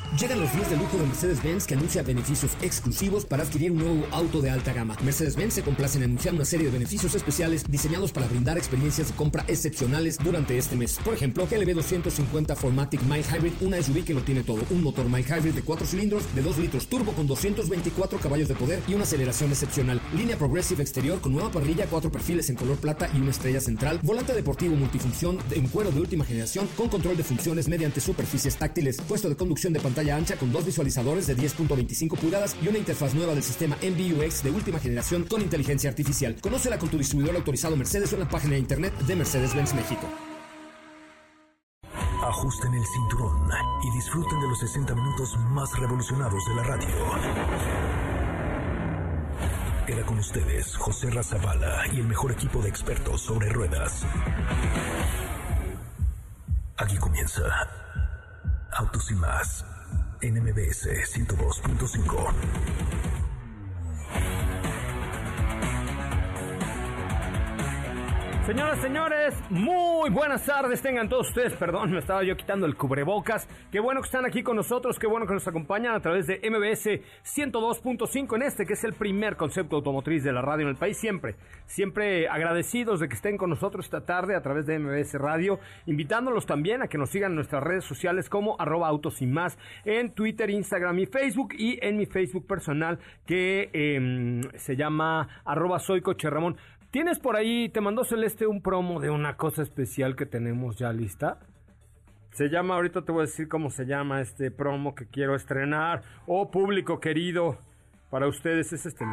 Llegan los días de lujo de Mercedes-Benz, que anuncia beneficios exclusivos para adquirir un nuevo auto de alta gama. Mercedes-Benz se complace en anunciar una serie de beneficios especiales diseñados para brindar experiencias de compra excepcionales durante este mes. Por ejemplo, GLB 250 4MATIC Mild Hybrid, una SUV que lo tiene todo. Un motor Mild Hybrid de 4 cilindros de 2 litros turbo con 224 caballos de poder y una aceleración excepcional. Línea Progressive exterior con nueva parrilla, 4 perfiles en color plata y una estrella central. Volante deportivo multifunción en cuero de última generación con control de funciones mediante superficies táctiles. Puesto de conducción de pantalla ancha con 2 visualizadores de 10.25 pulgadas y una interfaz nueva del sistema MBUX de última generación con inteligencia artificial. Conócela con tu distribuidor autorizado Mercedes o en la página de internet de Mercedes-Benz México. Ajusten el cinturón y disfruten de los 60 minutos más revolucionados de la radio. Queda con ustedes José Razabala y el mejor equipo de expertos sobre ruedas. Aquí comienza Autos y Más en MBS 102.5. Señoras, señores, muy buenas tardes, tengan todos ustedes, perdón, me estaba yo quitando el cubrebocas. Qué bueno que están aquí con nosotros, qué bueno que nos acompañan a través de MBS 102.5 en este, que es el primer concepto automotriz de la radio en el país. Siempre agradecidos de que estén con nosotros esta tarde a través de MBS Radio, invitándolos también a que nos sigan en nuestras redes sociales como @autos y más, en Twitter, Instagram y Facebook, y en mi Facebook personal que se llama @soycocherramón. ¿Tienes por ahí, te mandó Celeste un promo de una cosa especial que tenemos ya lista? Se llama, ahorita te voy a decir cómo se llama este promo que quiero estrenar. Oh, público querido, para ustedes es este.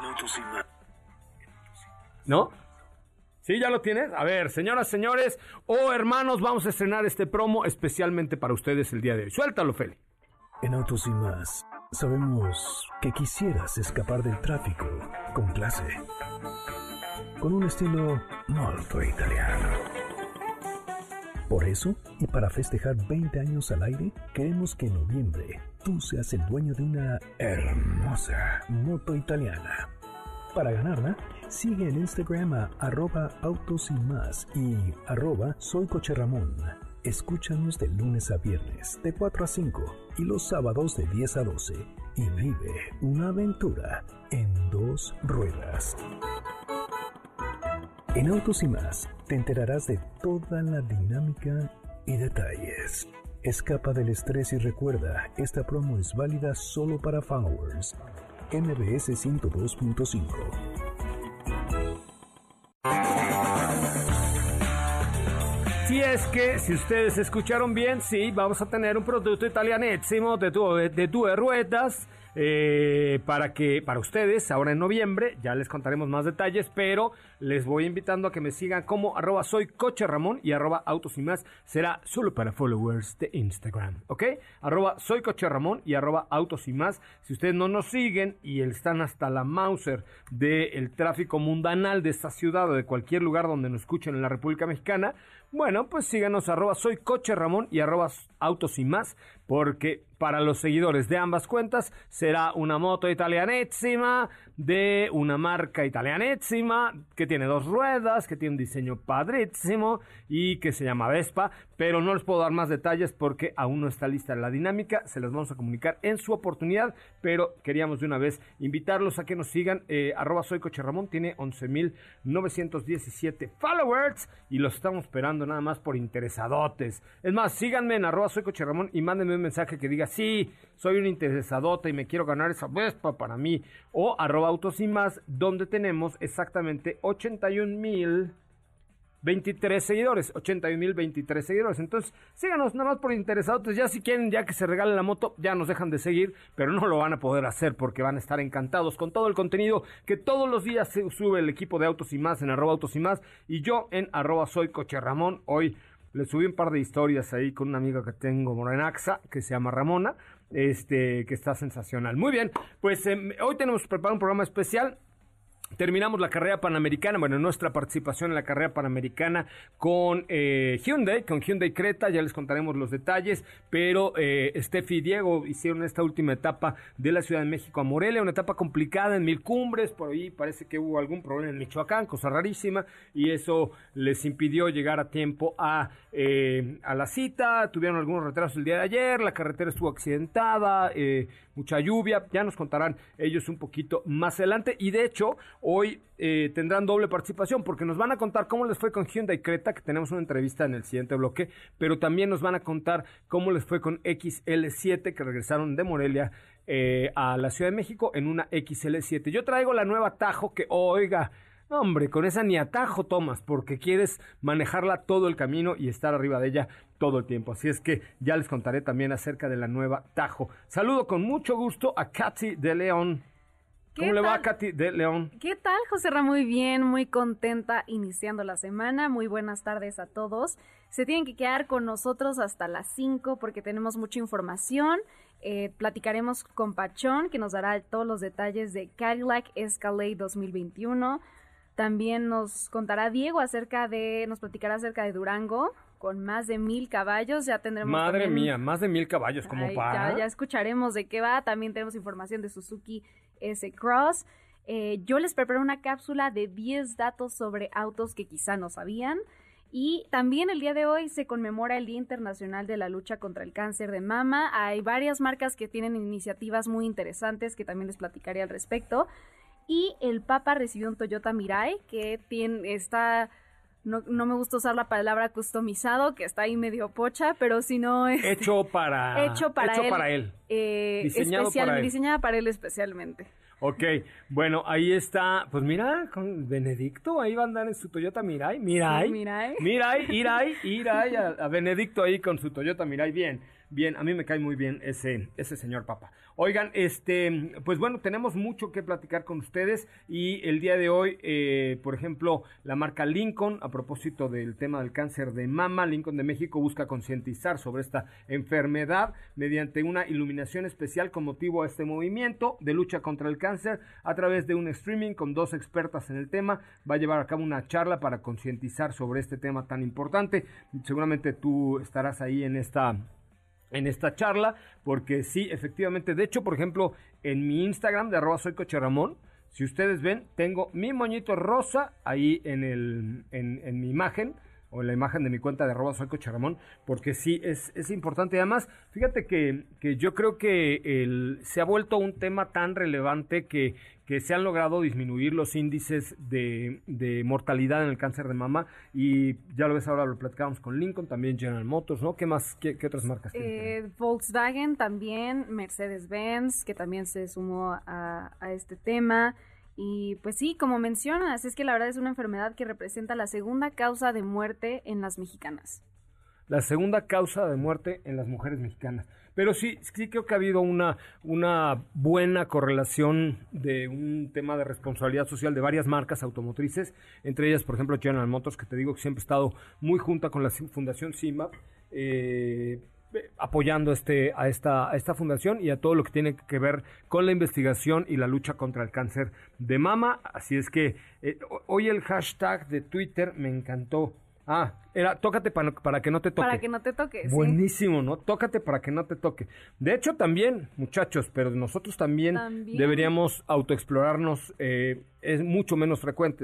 ¿No? ¿Sí, ya lo tienes? A ver, señoras, señores, hermanos, vamos a estrenar este promo especialmente para ustedes el día de hoy. Suéltalo, Feli. En Autos y Más, sabemos que quisieras escapar del tráfico con clase, con un estilo molto italiano. Por eso, y para festejar 20 años al aire, queremos que en noviembre tú seas el dueño de una hermosa moto italiana. Para ganarla, sigue en Instagram a @autos y más y @soycocherramón. Escúchanos de lunes a viernes de 4 a 5 y los sábados de 10 a 12 y vive una aventura en 2 ruedas. En Autos y Más te enterarás de toda la dinámica y detalles. Escapa del estrés y recuerda, esta promo es válida solo para followers. MBS 102.5. Si es que, si ustedes escucharon bien, sí, vamos a tener un producto italianísimo de due ruedas. Para ustedes, ahora en noviembre, ya les contaremos más detalles, pero les voy invitando a que me sigan como @soycocherramón y @autos y más, será solo para followers de Instagram, ¿ok? @soycocherramón y @autos y más. Si ustedes no nos siguen y están hasta la Mauser del tráfico mundanal de esta ciudad o de cualquier lugar donde nos escuchen en la República Mexicana, bueno, pues síganos @soycocherramón y @autos y más, porque para los seguidores de ambas cuentas será una moto italianísima de una marca italianísima que tiene 2 ruedas, que tiene un diseño padrísimo y que se llama Vespa, pero no les puedo dar más detalles porque aún no está lista la dinámica, se las vamos a comunicar en su oportunidad, pero queríamos de una vez invitarlos a que nos sigan. @soycocherramón tiene 11,917 followers y los estamos esperando nada más por interesadotes. Es más, síganme en @soycocherramón y mándenme un mensaje que diga: sí, soy un interesadote y me quiero ganar esa Vespa para mí, o @autos y más, donde tenemos exactamente 81,023 seguidores, 81,023 seguidores. Entonces, síganos nada más por interesados. Ya si quieren, ya que se regale la moto, ya nos dejan de seguir, pero no lo van a poder hacer porque van a estar encantados con todo el contenido que todos los días se sube el equipo de Autos y Más en @autos y más, y yo en @soycocherramón. Hoy le subí un par de historias ahí con una amiga que tengo, morenaxa, que se llama Ramona, que está sensacional. Muy bien, pues hoy tenemos preparado un programa especial. Terminamos la carrera panamericana, bueno, nuestra participación en la carrera panamericana con Hyundai Creta, ya les contaremos los detalles, pero Steffi y Diego hicieron esta última etapa de la Ciudad de México a Morelia, una etapa complicada en 1000 cumbres, por ahí parece que hubo algún problema en Michoacán, cosa rarísima, y eso les impidió llegar a tiempo a la cita, tuvieron algunos retrasos el día de ayer, la carretera estuvo accidentada, mucha lluvia, ya nos contarán ellos un poquito más adelante, y de hecho hoy tendrán doble participación porque nos van a contar cómo les fue con Hyundai Creta, que tenemos una entrevista en el siguiente bloque, pero también nos van a contar cómo les fue con XL7, que regresaron de Morelia a la Ciudad de México en una XL7. Yo traigo la nueva Tajo que, oiga, no, hombre, con esa ni atajo tomas porque quieres manejarla todo el camino y estar arriba de ella todo el tiempo. Así es que ya les contaré también acerca de la nueva Tajo. Saludo con mucho gusto a Katy de León. ¿Cómo le va, Katy de León? ¿Qué tal, José Ra? Muy bien, muy contenta iniciando la semana. Muy buenas tardes a todos. Se tienen que quedar con nosotros hasta las 5 porque tenemos mucha información. Platicaremos con Pachón, que nos dará todos los detalles de Cadillac Escalade 2021. También nos contará Diego nos platicará acerca de Durango, con más de 1000 caballos. Ya tendremos. Madre también, mía, más de 1000 caballos, como para. Ya escucharemos de qué va. También tenemos información de Suzuki S-Cross. Yo les preparé una cápsula de 10 datos sobre autos que quizá no sabían. Y también el día de hoy se conmemora el Día Internacional de la Lucha contra el Cáncer de Mama. Hay varias marcas que tienen iniciativas muy interesantes que también les platicaré al respecto. Y el Papa recibió un Toyota Mirai que está, no me gusta usar la palabra customizado, que está ahí medio pocha, pero si no es hecho para él. Diseñada para él especialmente. Ok, bueno, ahí está, pues mira, con Benedicto, ahí va a andar en su Toyota Mirai, Mirai, a Benedicto ahí con su Toyota Mirai, bien, a mí me cae muy bien ese señor Papa. Oigan, pues bueno, tenemos mucho que platicar con ustedes y el día de hoy, por ejemplo, la marca Lincoln, a propósito del tema del cáncer de mama, Lincoln de México busca concientizar sobre esta enfermedad mediante una iluminación especial con motivo a este movimiento de lucha contra el cáncer a través de un streaming con 2 expertas en el tema. Va a llevar a cabo una charla para concientizar sobre este tema tan importante. Seguramente tú estarás ahí en esta charla, porque sí, efectivamente, de hecho, por ejemplo, en mi Instagram de @soycocheramón, si ustedes ven, tengo mi moñito rosa ahí en mi imagen, o en la imagen de mi cuenta de @soycocheramón, porque sí, es importante. Además, fíjate que yo creo que se ha vuelto un tema tan relevante que se han logrado disminuir los índices de mortalidad en el cáncer de mama, y ya lo ves, ahora lo platicábamos con Lincoln, también General Motors, ¿no? ¿Qué más? ¿Qué otras marcas tienen? Volkswagen también, Mercedes-Benz, que también se sumó a este tema. Y pues sí, como mencionas, es que la verdad es una enfermedad que representa la segunda causa de muerte en las mexicanas. La segunda causa de muerte en las mujeres mexicanas. Pero sí creo que ha habido una buena correlación de un tema de responsabilidad social de varias marcas automotrices, entre ellas, por ejemplo, General Motors, que te digo que siempre ha estado muy junta con la Fundación CIMAP, apoyando a esta fundación y a todo lo que tiene que ver con la investigación y la lucha contra el cáncer de mama. Así es que hoy el hashtag de Twitter me encantó. Era tócate para que no te toque. Para que no te toque, buenísimo, sí. ¿No? Tócate para que no te toque. De hecho, también, muchachos, pero nosotros también deberíamos autoexplorarnos. Es mucho menos frecuente,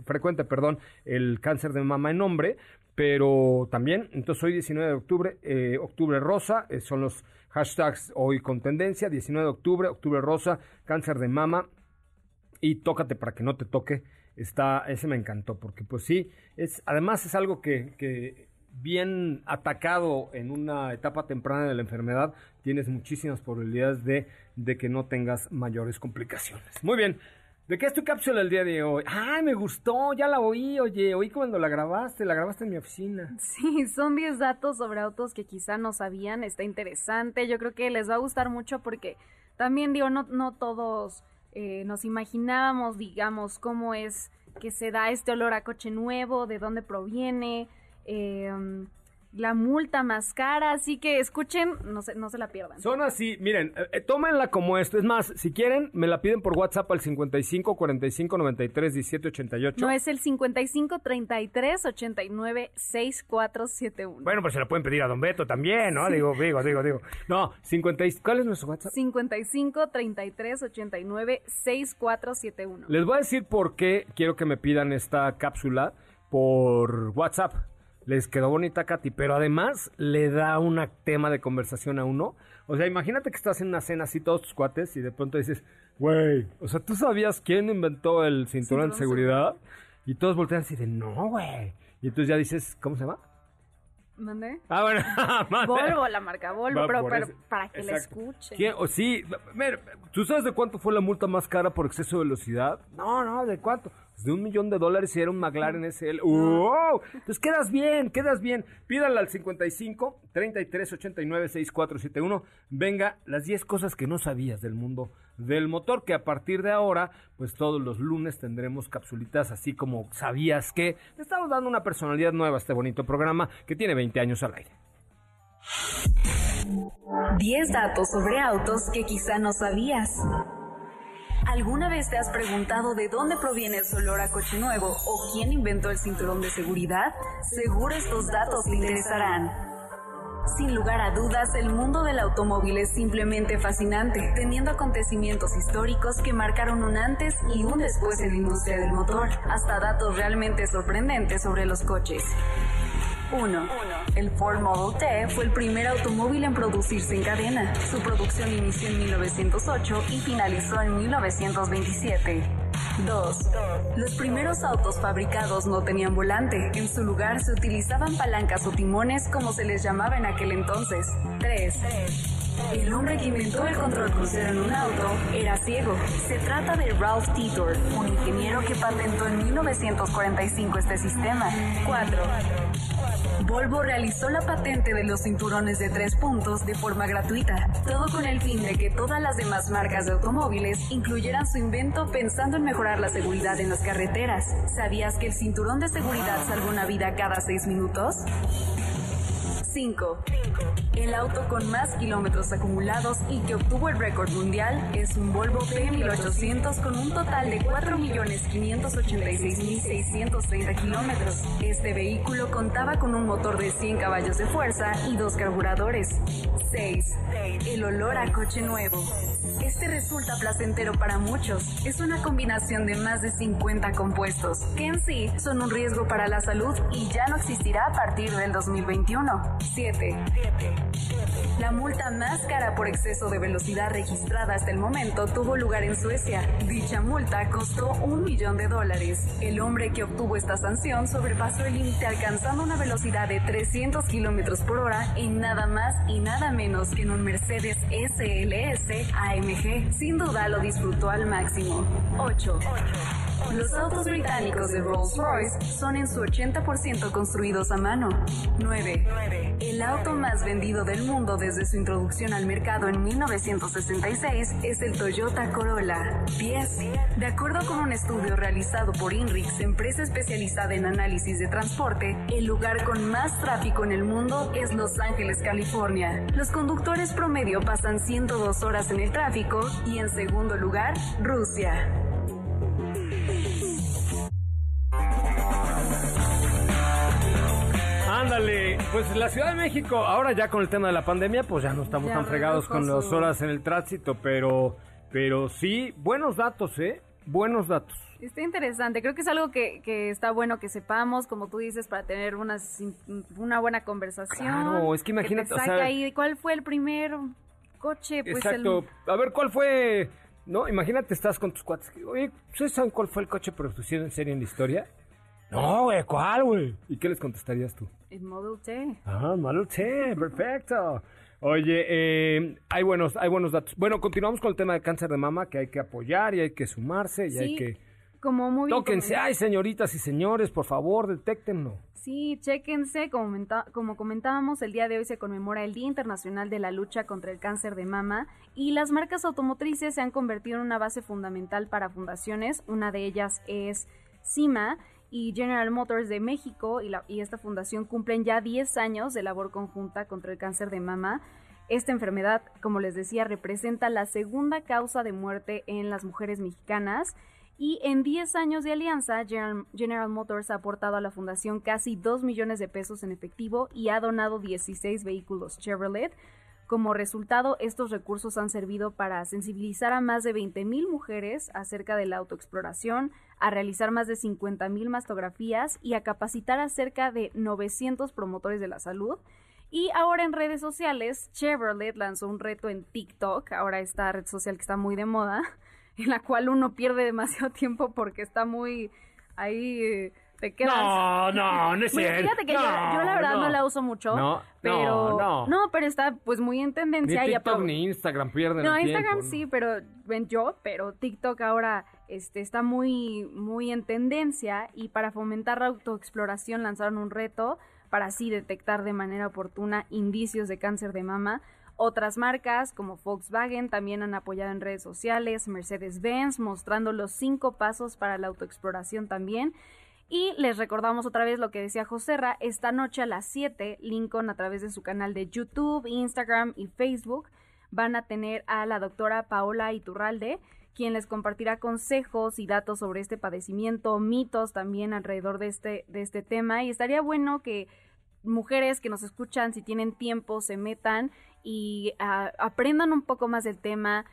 el cáncer de mama en hombre, pero también, entonces hoy 19 de octubre, octubre rosa, son los hashtags hoy con tendencia, 19 de octubre, octubre rosa, cáncer de mama y tócate para que no te toque. Ese me encantó, porque pues sí, además es algo que bien atacado en una etapa temprana de la enfermedad, tienes muchísimas probabilidades de que no tengas mayores complicaciones. Muy bien, ¿de qué es tu cápsula el día de hoy? ¡Ay, me gustó! Ya la oí cuando la grabaste en mi oficina. Sí, son 10 datos sobre autos que quizá no sabían, está interesante, yo creo que les va a gustar mucho porque también digo, no todos nos imaginábamos, digamos, cómo es que se da este olor a coche nuevo, de dónde proviene, la multa más cara, así que escuchen, no se la pierdan. Son así, miren, tómenla como esto. Es más, si quieren, me la piden por WhatsApp al 55 45 93 17 88. No, es el 55 33 89 6471. Bueno, pues se la pueden pedir a Don Beto también, ¿no? Sí. Digo. No, ¿cuál es nuestro WhatsApp? 55 33 89 6471. Les voy a decir por qué quiero que me pidan esta cápsula por WhatsApp. Les quedó bonita, Katy, pero además le da un tema de conversación a uno. O sea, imagínate que estás en una cena así, todos tus cuates, y de pronto dices, güey, o sea, ¿tú sabías quién inventó el cinturón de seguridad? Y todos voltean así de, no, güey. Y entonces ya dices, ¿cómo se llama? ¿Mande? Ah, bueno. Volvo, la marca Volvo, pero para que la Exacto. escuchen. ¿Quién? O sí, mira, ¿tú sabes de cuánto fue la multa más cara por exceso de velocidad? No, ¿de cuánto? Pues de $1 millón y era un McLaren SL. ¡Wow! Entonces quedas bien. Pídala al 55 33 89 6471. Venga, las 10 cosas que no sabías del mundo del motor, que a partir de ahora, pues todos los lunes tendremos capsulitas así como sabías que. Le estamos dando una personalidad nueva a este bonito programa que tiene 20 años al aire. 10 datos sobre autos que quizá no sabías. ¿Alguna vez te has preguntado de dónde proviene ese olor a coche nuevo o quién inventó el cinturón de seguridad? Seguro estos datos te interesarán. Sin lugar a dudas, el mundo del automóvil es simplemente fascinante, teniendo acontecimientos históricos que marcaron un antes y un después en la industria del motor, hasta datos realmente sorprendentes sobre los coches. 1. El Ford Model T fue el primer automóvil en producirse en cadena. Su producción inició en 1908 y finalizó en 1927. 2. Los primeros autos fabricados no tenían volante. En su lugar se utilizaban palancas o timones, como se les llamaba en aquel entonces. 3. El hombre que inventó el control crucero en un auto era ciego. Se trata de Ralph Titor, un ingeniero que patentó en 1945 este sistema. 4. Volvo realizó la patente de los cinturones de 3 puntos de forma gratuita, todo con el fin de que todas las demás marcas de automóviles incluyeran su invento pensando en mejorar la seguridad en las carreteras. ¿Sabías que el cinturón de seguridad salva una vida cada 6 minutos? 5. El auto con más kilómetros acumulados y que obtuvo el récord mundial es un Volvo P1800 con un total de 4.586.630 kilómetros. Este vehículo contaba con un motor de 100 caballos de fuerza y 2 carburadores. 6. El olor a coche nuevo. Este resulta placentero para muchos. Es una combinación de más de 50 compuestos, que en sí son un riesgo para la salud y ya no existirá a partir del 2021. 7. La multa más cara por exceso de velocidad registrada hasta el momento tuvo lugar en Suecia. Dicha multa costó $1 millón. El hombre que obtuvo esta sanción sobrepasó el límite alcanzando una velocidad de 300 kilómetros por hora en nada más y nada menos que en un Mercedes SLS AMG. Sin duda lo disfrutó al máximo. 8. Los autos británicos de Rolls-Royce son en su 80% construidos a mano. 9. El auto más vendido del mundo desde su introducción al mercado en 1966 es el Toyota Corolla. 10. De acuerdo con un estudio realizado por INRIX, empresa especializada en análisis de transporte, el lugar con más tráfico en el mundo es Los Ángeles, California. Los conductores promedio pasan 102 horas en el tráfico y en segundo lugar, Rusia. Ándale, pues la Ciudad de México, ahora ya con el tema de la pandemia, pues ya no estamos tan fregados con las horas en el tránsito, pero sí, buenos datos, buenos datos. Está interesante, creo que es algo que está bueno que sepamos, como tú dices, para tener una buena conversación. Claro, es que imagínate, que te saque ahí, ¿cuál fue el primer coche? Pues exacto, a ver, ¿cuál fue? No, imagínate, estás con tus cuates, oye, ¿ustedes saben cuál fue el coche producido en serie en la historia? No, güey, ¿cuál, güey? ¿Y qué les contestarías tú? El Model T. Ah, Model T, perfecto. Oye, hay buenos datos. Bueno, continuamos con el tema de cáncer de mama, que hay que apoyar y hay que sumarse y hay que... Como muy bien. Tóquense, ay, señoritas y señores, por favor, detéctenlo. Sí, chéquense, como comentábamos, el día de hoy se conmemora el Día Internacional de la Lucha contra el Cáncer de Mama y las marcas automotrices se han convertido en una base fundamental para fundaciones, una de ellas es CIMA, y General Motors de México y esta fundación cumplen ya 10 años de labor conjunta contra el cáncer de mama. Esta enfermedad, como les decía, representa la segunda causa de muerte en las mujeres mexicanas. Y en 10 años de alianza, General Motors ha aportado a la fundación casi 2 millones de pesos en efectivo y ha donado 16 vehículos Chevrolet. Como resultado, estos recursos han servido para sensibilizar a más de 20,000 mujeres acerca de la autoexploración, a realizar más de 50,000 mastografías y a capacitar a cerca de 900 promotores de la salud. Y ahora en redes sociales, Chevrolet lanzó un reto en TikTok, ahora esta red social que está muy de moda, en la cual uno pierde demasiado tiempo porque está muy ahí, te quedas... No es cierto. Fíjate que yo la verdad no la uso mucho, pero está pues muy en tendencia. Ni TikTok ni Instagram pierden el tiempo. Instagram sí, pero TikTok ahora está muy, muy en tendencia, y para fomentar la autoexploración lanzaron un reto para así detectar de manera oportuna indicios de cáncer de mama. Otras marcas como Volkswagen también han apoyado en redes sociales, Mercedes-Benz mostrando los 5 pasos para la autoexploración también. Y les recordamos otra vez lo que decía Joserra, esta noche a las 7, Lincoln a través de su canal de YouTube, Instagram y Facebook van a tener a la doctora Paola Iturralde, quien les compartirá consejos y datos sobre este padecimiento, mitos también alrededor de este tema, y estaría bueno que mujeres que nos escuchan, si tienen tiempo, se metan y aprendan un poco más del tema,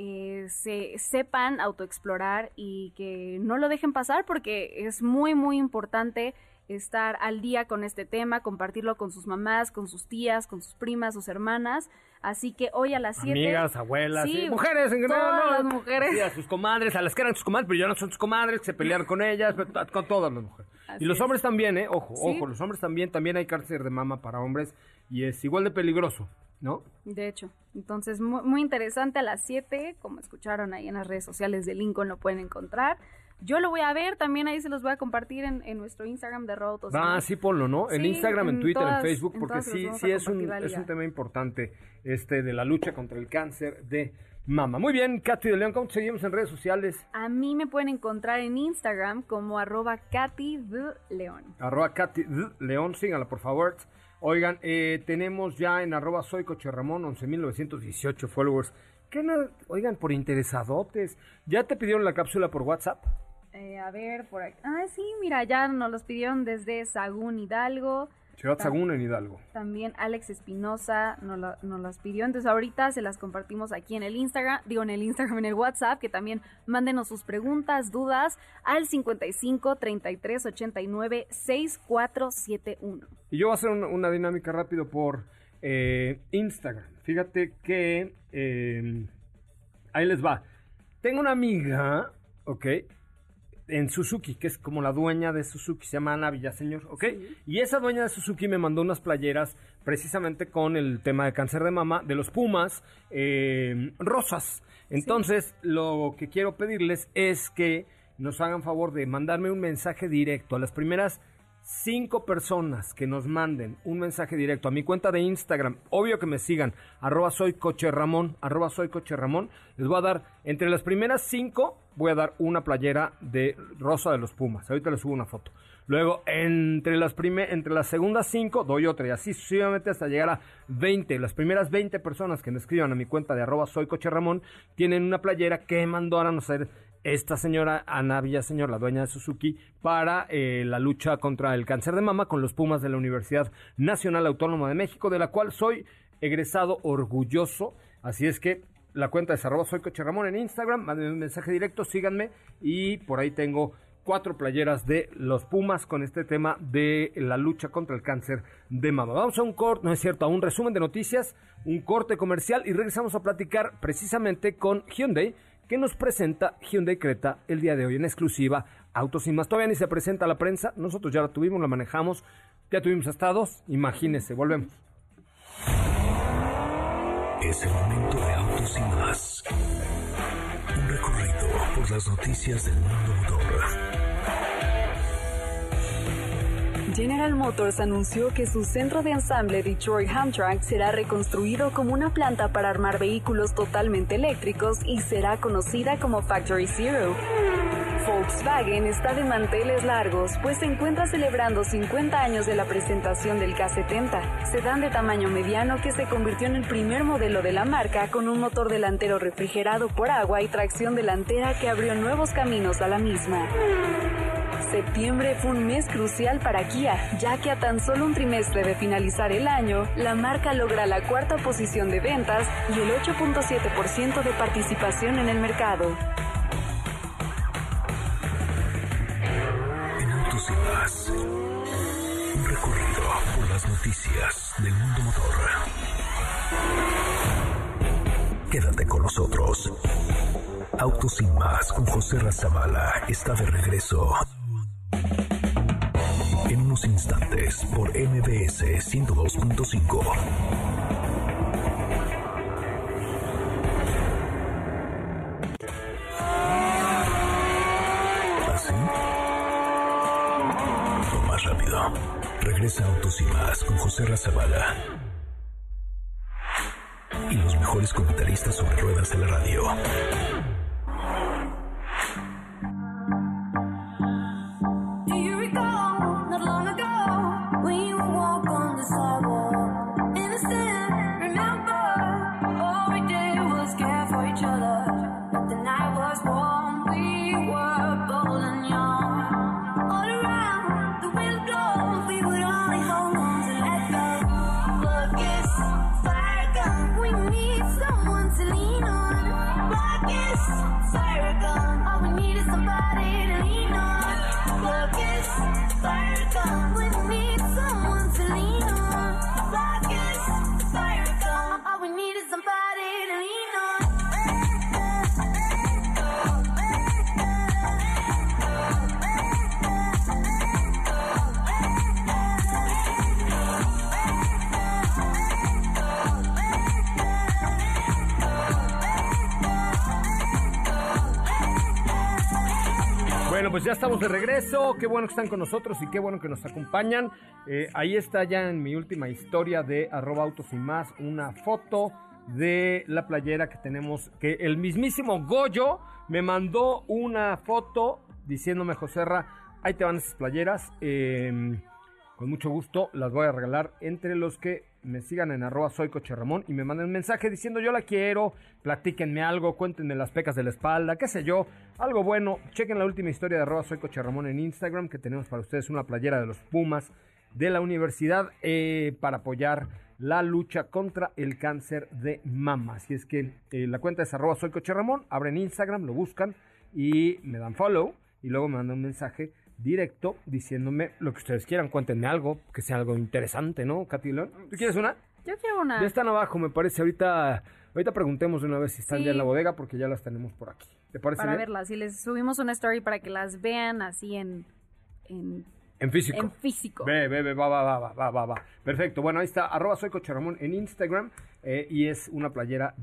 se sepan autoexplorar y que no lo dejen pasar, porque es muy, muy importante estar al día con este tema, compartirlo con sus mamás, con sus tías, con sus primas, sus hermanas. Así que hoy a las 7... Amigas, abuelas, sí, mujeres en general. Todas las mujeres. Sí, a sus comadres, a las que eran sus comadres, pero ya no son sus comadres, que se pelearon con ellas, con todas las mujeres. Así y los hombres también, ojo, ¿Sí? los hombres también hay cáncer de mama para hombres y es igual de peligroso, ¿no? De hecho, entonces muy, muy interesante a las 7, como escucharon ahí en las redes sociales de Lincoln lo pueden encontrar. Yo lo voy a ver, también ahí se los voy a compartir en nuestro Instagram de Rotos. Sí, ponlo, ¿no? En sí, Instagram, en Twitter, en Facebook, porque sí es un tema importante de la lucha contra el cáncer de mama. Muy bien, Katy de León, ¿cómo te seguimos en redes sociales? A mí me pueden encontrar en Instagram como @KatyDeLeón. @KatyDeLeón, síganla por favor. Oigan, tenemos ya en @SoyCocherramón 11,918 followers. Oigan, por interesadotes, ¿ya te pidieron la cápsula por WhatsApp? A ver, por aquí. Sí, mira, ya nos los pidieron desde Sagún, Hidalgo. Ciudad Sagún en Hidalgo. También Alex Espinosa nos las pidió. Entonces ahorita se las compartimos aquí en el Instagram, en el WhatsApp, que también mándenos sus preguntas, dudas al 55 33 89 6471. Y yo voy a hacer una dinámica rápido por Instagram. Fíjate que ahí les va. Tengo una amiga, ¿ok? En Suzuki, que es como la dueña de Suzuki, se llama Ana Villaseñor, ¿ok? Sí. Y esa dueña de Suzuki me mandó unas playeras precisamente con el tema de cáncer de mama, de los Pumas, rosas. Entonces, lo que quiero pedirles es que nos hagan favor de mandarme un mensaje directo a las primeras 5 personas que nos manden un mensaje directo a mi cuenta de Instagram, obvio que me sigan, @soycocherramón, les voy a dar, entre las primeras 5, voy a dar una playera de rosa de los Pumas, ahorita les subo una foto. Luego, entre las segundas 5, doy otra, y así sucesivamente hasta llegar a 20. Las primeras 20 personas que me escriban a mi cuenta de @soycocherramón tienen una playera que mandaron a hacer esta señora Ana Villaseñor, la dueña de Suzuki, para la lucha contra el cáncer de mama con los Pumas de la Universidad Nacional Autónoma de México, de la cual soy egresado orgulloso. Así es que la cuenta es @soycocherramón en Instagram, mándenme un mensaje directo, síganme, y por ahí tengo 4 playeras de los Pumas con este tema de la lucha contra el cáncer de mama. Vamos a a un resumen de noticias, un corte comercial, y regresamos a platicar precisamente con Hyundai, que nos presenta Hyundai Creta el día de hoy en exclusiva Autos y Más. Todavía ni se presenta a la prensa, nosotros ya la tuvimos, la manejamos, ya tuvimos hasta 2, imagínense, volvemos. Es el momento de Autos y Más. Un recorrido por las noticias del mundo motor. General Motors anunció que su centro de ensamble Detroit Hamtramck será reconstruido como una planta para armar vehículos totalmente eléctricos y será conocida como Factory Zero. Volkswagen está de manteles largos, pues se encuentra celebrando 50 años de la presentación del K70, sedán de tamaño mediano que se convirtió en el primer modelo de la marca con un motor delantero refrigerado por agua y tracción delantera que abrió nuevos caminos a la misma. Septiembre fue un mes crucial para Kia, ya que a tan solo un trimestre de finalizar el año, la marca logra la cuarta posición de ventas y el 8.7% de participación en el mercado. En Autos y Más, un recorrido por las noticias del mundo motor. Quédate con nosotros. Autos y Más con José Razabala está de regreso. En unos instantes por MBS 102.5. ¿Así? O más rápido. Regresa Autos y Más con José Razabala. Y los mejores comentaristas sobre ruedas de la radio. Pues ya estamos de regreso, qué bueno que están con nosotros y qué bueno que nos acompañan. Ahí está ya en mi última historia de @autos y más una foto de la playera que tenemos, que el mismísimo Goyo me mandó una foto diciéndome: Joserra, ahí te van esas playeras, con mucho gusto las voy a regalar entre los que me sigan en @soycocherramón y me manden un mensaje diciendo yo la quiero, platíquenme algo, cuéntenme las pecas de la espalda, qué sé yo, algo bueno. Chequen la última historia de @soycocherramón en Instagram, que tenemos para ustedes una playera de los Pumas de la universidad para apoyar la lucha contra el cáncer de mama. Así es que la cuenta es @soycocherramón, abren Instagram, lo buscan y me dan follow y luego me mandan un mensaje directo diciéndome lo que ustedes quieran, cuéntenme algo, que sea algo interesante, ¿no, Katy León? ¿Tú quieres una? Yo quiero una. Ya están abajo, me parece. Ahorita preguntemos de una vez si están ya en la bodega, porque ya las tenemos por aquí. ¿Te parece para bien? verlas, y les subimos una story para que las vean así en físico. En físico. Va. Perfecto. Bueno, ahí está, @soycocherramón en Instagram, y es una playera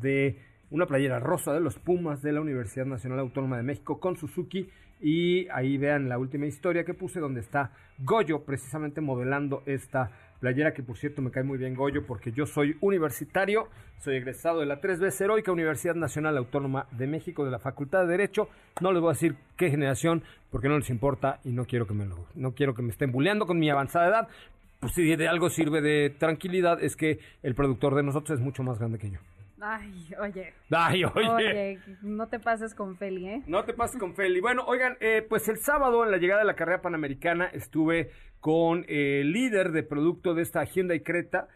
rosa de los Pumas de la Universidad Nacional Autónoma de México con Suzuki. Y ahí vean la última historia que puse donde está Goyo precisamente modelando esta playera, que por cierto me cae muy bien Goyo porque yo soy universitario, soy egresado de la 3 veces heroica Universidad Nacional Autónoma de México de la Facultad de Derecho. No les voy a decir qué generación porque no les importa y no quiero que me estén bulleando con mi avanzada edad. Pues si de algo sirve de tranquilidad es que el productor de nosotros es mucho más grande que yo. Ay, oye. Oye, no te pases con Feli, ¿eh? No te pases con Feli. Bueno, oigan, pues el sábado en la llegada de la carrera panamericana estuve con el líder de producto de esta Hyundai Creta,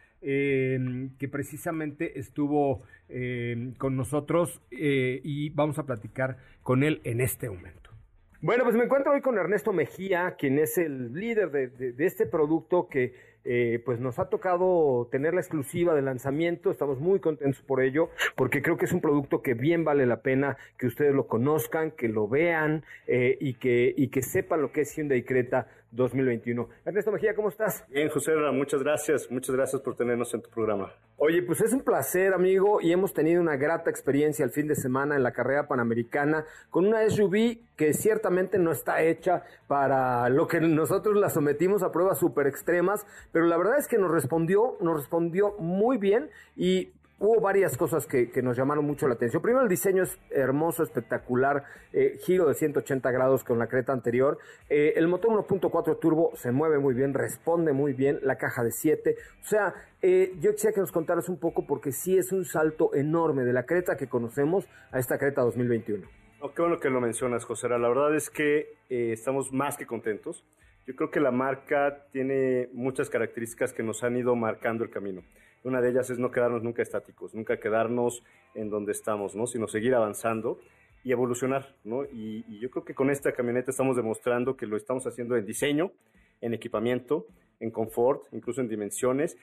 que precisamente estuvo con nosotros y vamos a platicar con él en este momento. Bueno, pues me encuentro hoy con Ernesto Mejía, quien es el líder de este producto que pues nos ha tocado tener la exclusiva de lanzamiento. Estamos muy contentos por ello, porque creo que es un producto que bien vale la pena que ustedes lo conozcan, que lo vean y que sepan lo que es Hyundai Creta 2021. Ernesto Mejía, ¿cómo estás? Bien, José, muchas gracias por tenernos en tu programa. Oye, pues es un placer, amigo, y hemos tenido una grata experiencia el fin de semana en la carrera panamericana con una SUV que ciertamente no está hecha para lo que nosotros la sometimos a pruebas súper extremas, pero la verdad es que nos respondió muy bien y hubo varias cosas que nos llamaron mucho la atención. Primero, el diseño es hermoso, espectacular, giro de 180 grados con la Creta anterior. El motor 1.4 turbo se mueve muy bien, responde muy bien, la caja de 7. O sea, yo quisiera que nos contaras un poco porque sí es un salto enorme de la Creta que conocemos a esta Creta 2021. Qué bueno que lo mencionas, José. La verdad es que estamos más que contentos. Yo creo que la marca tiene muchas características que nos han ido marcando el camino. Una de ellas es no quedarnos nunca estáticos, nunca quedarnos en donde estamos, ¿no? Sino seguir avanzando y evolucionar, ¿no? Y yo creo que con esta camioneta estamos demostrando que lo estamos haciendo en diseño, en equipamiento, en confort, incluso en dimensiones.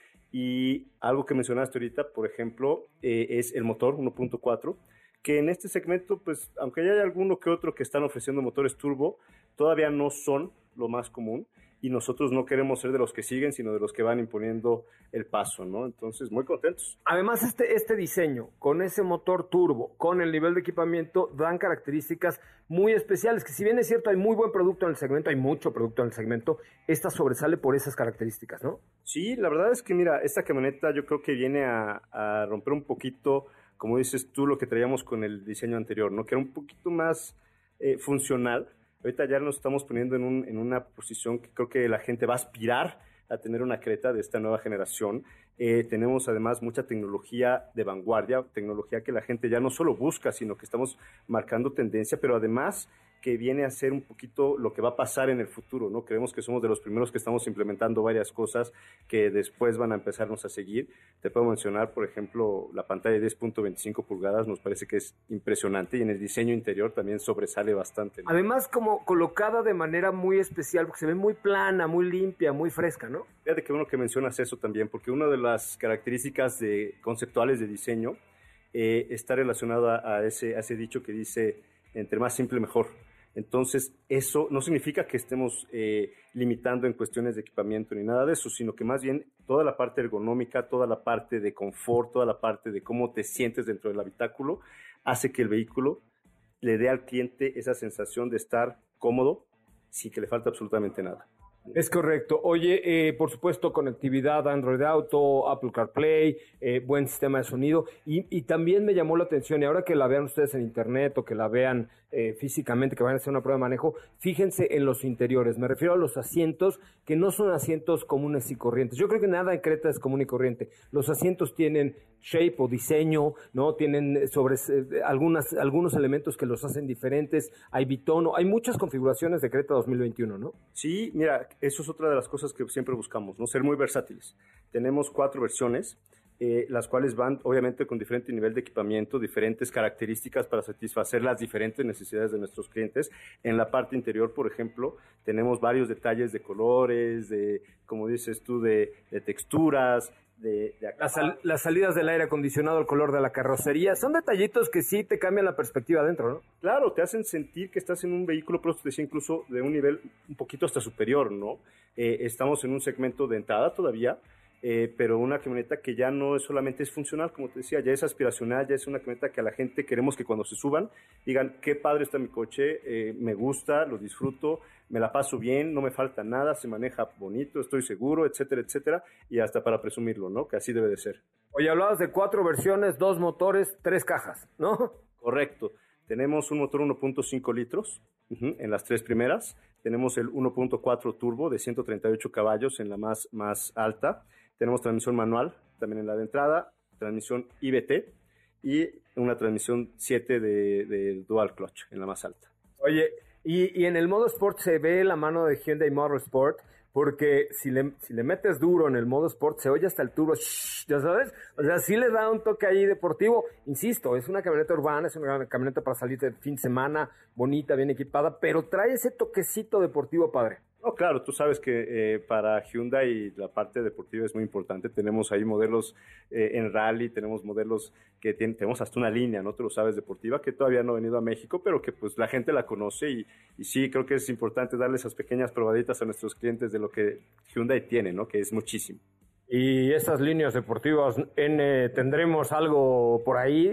Y algo que mencionaste ahorita, por ejemplo, es el motor 1.4, que en este segmento, pues, aunque ya hay alguno que otro que están ofreciendo motores turbo, todavía no son lo más común y nosotros no queremos ser de los que siguen, sino de los que van imponiendo el paso, ¿no? Entonces, muy contentos. Además, este diseño, con ese motor turbo, con el nivel de equipamiento, dan características muy especiales, que si bien es cierto, hay muy buen producto en el segmento, hay mucho producto en el segmento, esta sobresale por esas características, ¿no? Sí, la verdad es que, mira, esta camioneta yo creo que viene a romper un poquito, como dices tú, lo que traíamos con el diseño anterior, ¿no? Que era un poquito más funcional. Ahorita ya nos estamos poniendo en una posición que creo que la gente va a aspirar a tener una Creta de esta nueva generación. Tenemos además mucha tecnología de vanguardia, tecnología que la gente ya no solo busca, sino que estamos marcando tendencia, pero además que viene a ser un poquito lo que va a pasar en el futuro, ¿no? Creemos que somos de los primeros que estamos implementando varias cosas que después van a empezarnos a seguir. Te puedo mencionar, por ejemplo, la pantalla de 10.25 pulgadas, nos parece que es impresionante y en el diseño interior también sobresale bastante, ¿no? Además, como colocada de manera muy especial, porque se ve muy plana, muy limpia, muy fresca, ¿no? Fíjate que bueno que mencionas eso también, porque una de las características conceptuales de diseño está relacionada a ese dicho que dice, entre más simple, mejor. Entonces, eso no significa que estemos limitando en cuestiones de equipamiento ni nada de eso, sino que más bien toda la parte ergonómica, toda la parte de confort, toda la parte de cómo te sientes dentro del habitáculo, hace que el vehículo le dé al cliente esa sensación de estar cómodo sin que le falte absolutamente nada. Es correcto. Oye, por supuesto, conectividad Android Auto, Apple CarPlay, buen sistema de sonido. Y también me llamó la atención, y ahora que la vean ustedes en internet o que la vean físicamente, que van a hacer una prueba de manejo, fíjense en los interiores. Me refiero a los asientos, que no son asientos comunes y corrientes. Yo creo que nada en Creta es común y corriente. Los asientos tienen shape o diseño, ¿no? Tienen algunos elementos que los hacen diferentes. Hay bitono, hay muchas configuraciones de Creta 2021, ¿no? Sí, mira, eso es otra de las cosas que siempre buscamos, ¿no? Ser muy versátiles. Tenemos 4 versiones, las cuales van obviamente con diferente nivel de equipamiento, diferentes características para satisfacer las diferentes necesidades de nuestros clientes. En la parte interior, por ejemplo, tenemos varios detalles de colores, de, como dices tú, de texturas, las salidas del aire acondicionado, el color de la carrocería, son detallitos que sí te cambian la perspectiva adentro, ¿no? Claro, te hacen sentir que estás en un vehículo, pero te decía incluso de un nivel un poquito hasta superior, ¿no? Estamos en un segmento de entrada todavía, pero una camioneta que ya no solamente es funcional, como te decía, ya es aspiracional, ya es una camioneta que a la gente queremos que cuando se suban digan, qué padre está mi coche, me gusta, lo disfruto, me la paso bien, no me falta nada, se maneja bonito, estoy seguro, etcétera, etcétera, y hasta para presumirlo, ¿no? Que así debe de ser. Oye, hablabas de 4 versiones, 2 motores, 3 cajas, ¿no? Correcto. Tenemos un motor 1.5 litros en las 3 primeras. Tenemos el 1.4 turbo de 138 caballos en la más alta. Tenemos transmisión manual también en la de entrada, transmisión IVT y una transmisión 7 de dual clutch en la más alta. Oye, y en el modo Sport se ve la mano de Hyundai Motorsport, porque si le metes duro en el modo Sport se oye hasta el turbo, ya sabes, o sea, sí le da un toque ahí deportivo. Insisto, es una camioneta urbana, es una camioneta para salir de fin de semana, bonita, bien equipada, pero trae ese toquecito deportivo padre. No, claro, tú sabes que para Hyundai la parte deportiva es muy importante. Tenemos ahí modelos en rally, tenemos modelos que tenemos hasta una línea, ¿no? Tú lo sabes, deportiva, que todavía no ha venido a México, pero que pues la gente la conoce y sí, creo que es importante darle esas pequeñas probaditas a nuestros clientes de lo que Hyundai tiene, ¿no? Que es muchísimo. Y esas líneas deportivas, ¿tendremos algo por ahí?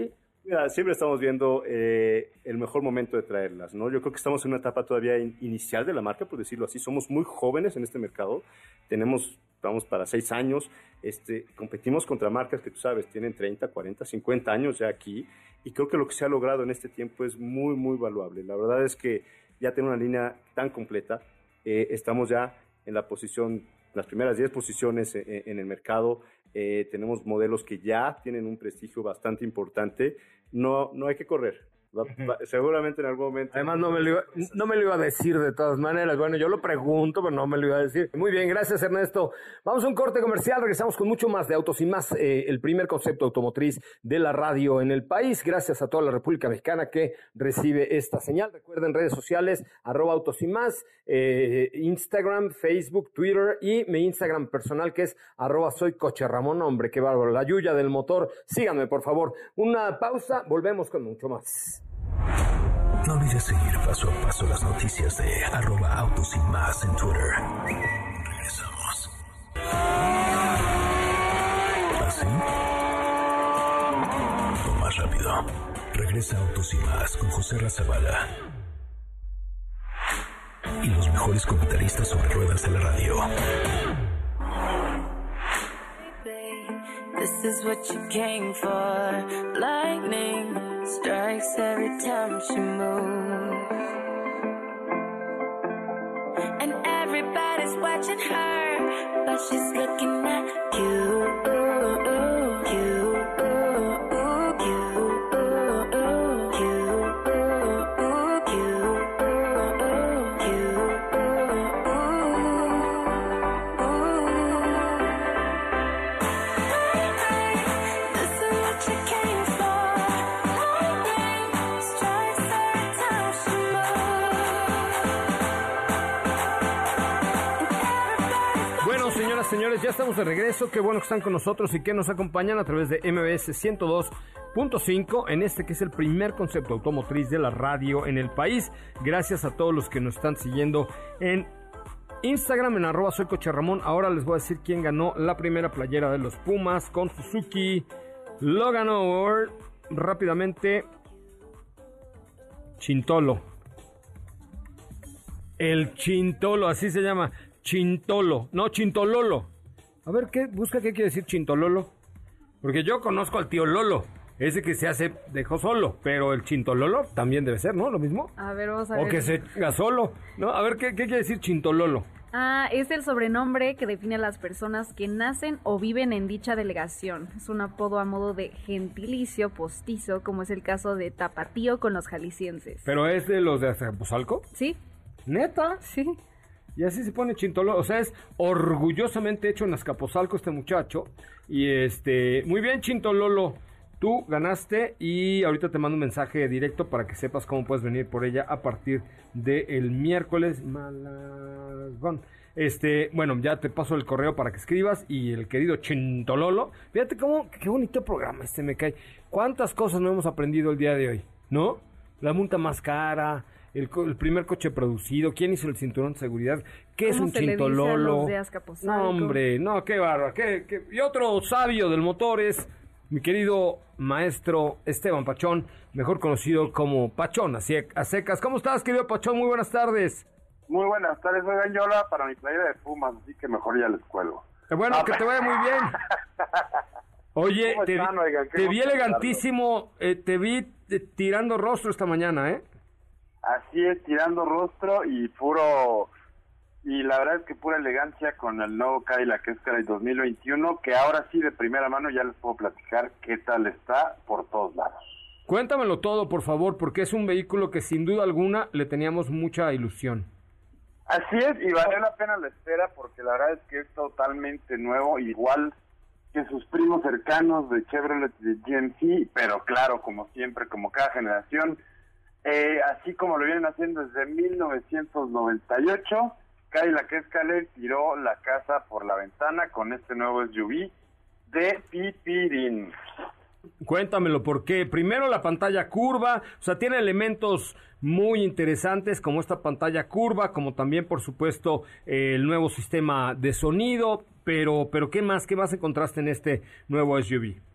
Mira, siempre estamos viendo el mejor momento de traerlas, ¿no? Yo creo que estamos en una etapa todavía inicial de la marca, por decirlo así. Somos muy jóvenes en este mercado. Vamos para 6 años. Competimos contra marcas que tú sabes, tienen 30, 40, 50 años ya aquí. Y creo que lo que se ha logrado en este tiempo es muy, muy valuable. La verdad es que ya tener una línea tan completa, estamos ya en las primeras 10 posiciones en el mercado. Tenemos modelos que ya tienen un prestigio bastante importante. No hay que correr. Seguramente en algún momento. Además, no me lo iba a decir de todas maneras. Bueno, yo lo pregunto, pero no me lo iba a decir. Muy bien, gracias, Ernesto. Vamos a un corte comercial. Regresamos con mucho más de Autos y Más, el primer concepto automotriz de la radio en el país. Gracias a toda la República Mexicana que recibe esta señal. Recuerden, redes sociales, @Autos y Más, Instagram, Facebook, Twitter y mi Instagram personal que es @SoyCocheRamón. Hombre, qué bárbaro. La Yuya del motor. Síganme, por favor. Una pausa. Volvemos con mucho más. No olvides seguir paso a paso las noticias de @Autos y Más en Twitter. Regresamos. ¿Así? O más rápido. Regresa Autos y Más con José Razabala y los mejores comentaristas sobre ruedas de la radio. This is what you came for. Lightning strikes every time she moves, and everybody's watching her, but she's looking at you. Señores, ya estamos de regreso. Qué bueno que están con nosotros y que nos acompañan a través de MBS 102.5 en que es el primer concepto automotriz de la radio en el país. Gracias a todos los que nos están siguiendo en Instagram, en @SoyCocheRamón. Ahora les voy a decir quién ganó la primera playera de los Pumas con Suzuki. Lo ganó rápidamente Chintolo. El Chintolo, así se llama. Chintolo, no, Chintololo. A ver, busca qué quiere decir Chintololo. Porque yo conozco al tío Lolo, ese que se dejó solo, pero el Chintololo también debe ser, ¿no? Lo mismo. A ver, vamos a ver. O que se haga solo, ¿no? A ver, ¿qué quiere decir Chintololo? Es el sobrenombre que define a las personas que nacen o viven en dicha delegación. Es un apodo a modo de gentilicio postizo, como es el caso de Tapatío con los jaliscienses. ¿Pero es de los de Azcapotzalco? Sí. ¿Neta? Sí. Y así se pone Chintololo, o sea, es orgullosamente hecho en Azcapotzalco este muchacho. Y muy bien, Chintololo, tú ganaste y ahorita te mando un mensaje directo para que sepas cómo puedes venir por ella a partir del miércoles. Malagón. Bueno, ya te paso el correo para que escribas y el querido Chintololo. Fíjate qué bonito programa me cae. Cuántas cosas no hemos aprendido el día de hoy, ¿no? La multa más cara. El primer coche producido, quién hizo el cinturón de seguridad, qué es un Chintololo. No, hombre, no, qué bárbaro. Y otro sabio del motor es mi querido maestro Esteban Pachón, mejor conocido como Pachón, a secas. ¿Cómo estás, querido Pachón? Muy buenas tardes. Muy buenas tardes, oigan, yo hablaba para mi playera de Pumas, así que mejor ya les cuelgo. Bueno, que te vaya muy bien. Oye, te vi elegantísimo, te vi tirando rostro esta mañana, ¿eh? Así es, tirando rostro y la verdad es que pura elegancia con el nuevo Cadillac Escalade 2021, que ahora sí de primera mano ya les puedo platicar qué tal está por todos lados. Cuéntamelo todo, por favor, porque es un vehículo que sin duda alguna le teníamos mucha ilusión. Así es, y valió la pena la espera porque la verdad es que es totalmente nuevo, igual que sus primos cercanos de Chevrolet y de GMC, pero claro, como siempre, como cada generación, así como lo vienen haciendo desde 1998, Cadillac Escalade tiró la casa por la ventana con este nuevo SUV de Pipirín. Cuéntamelo, porque primero la pantalla curva, o sea, tiene elementos muy interesantes como esta pantalla curva, como también, por supuesto, el nuevo sistema de sonido, pero ¿qué más encontraste en este nuevo SUV?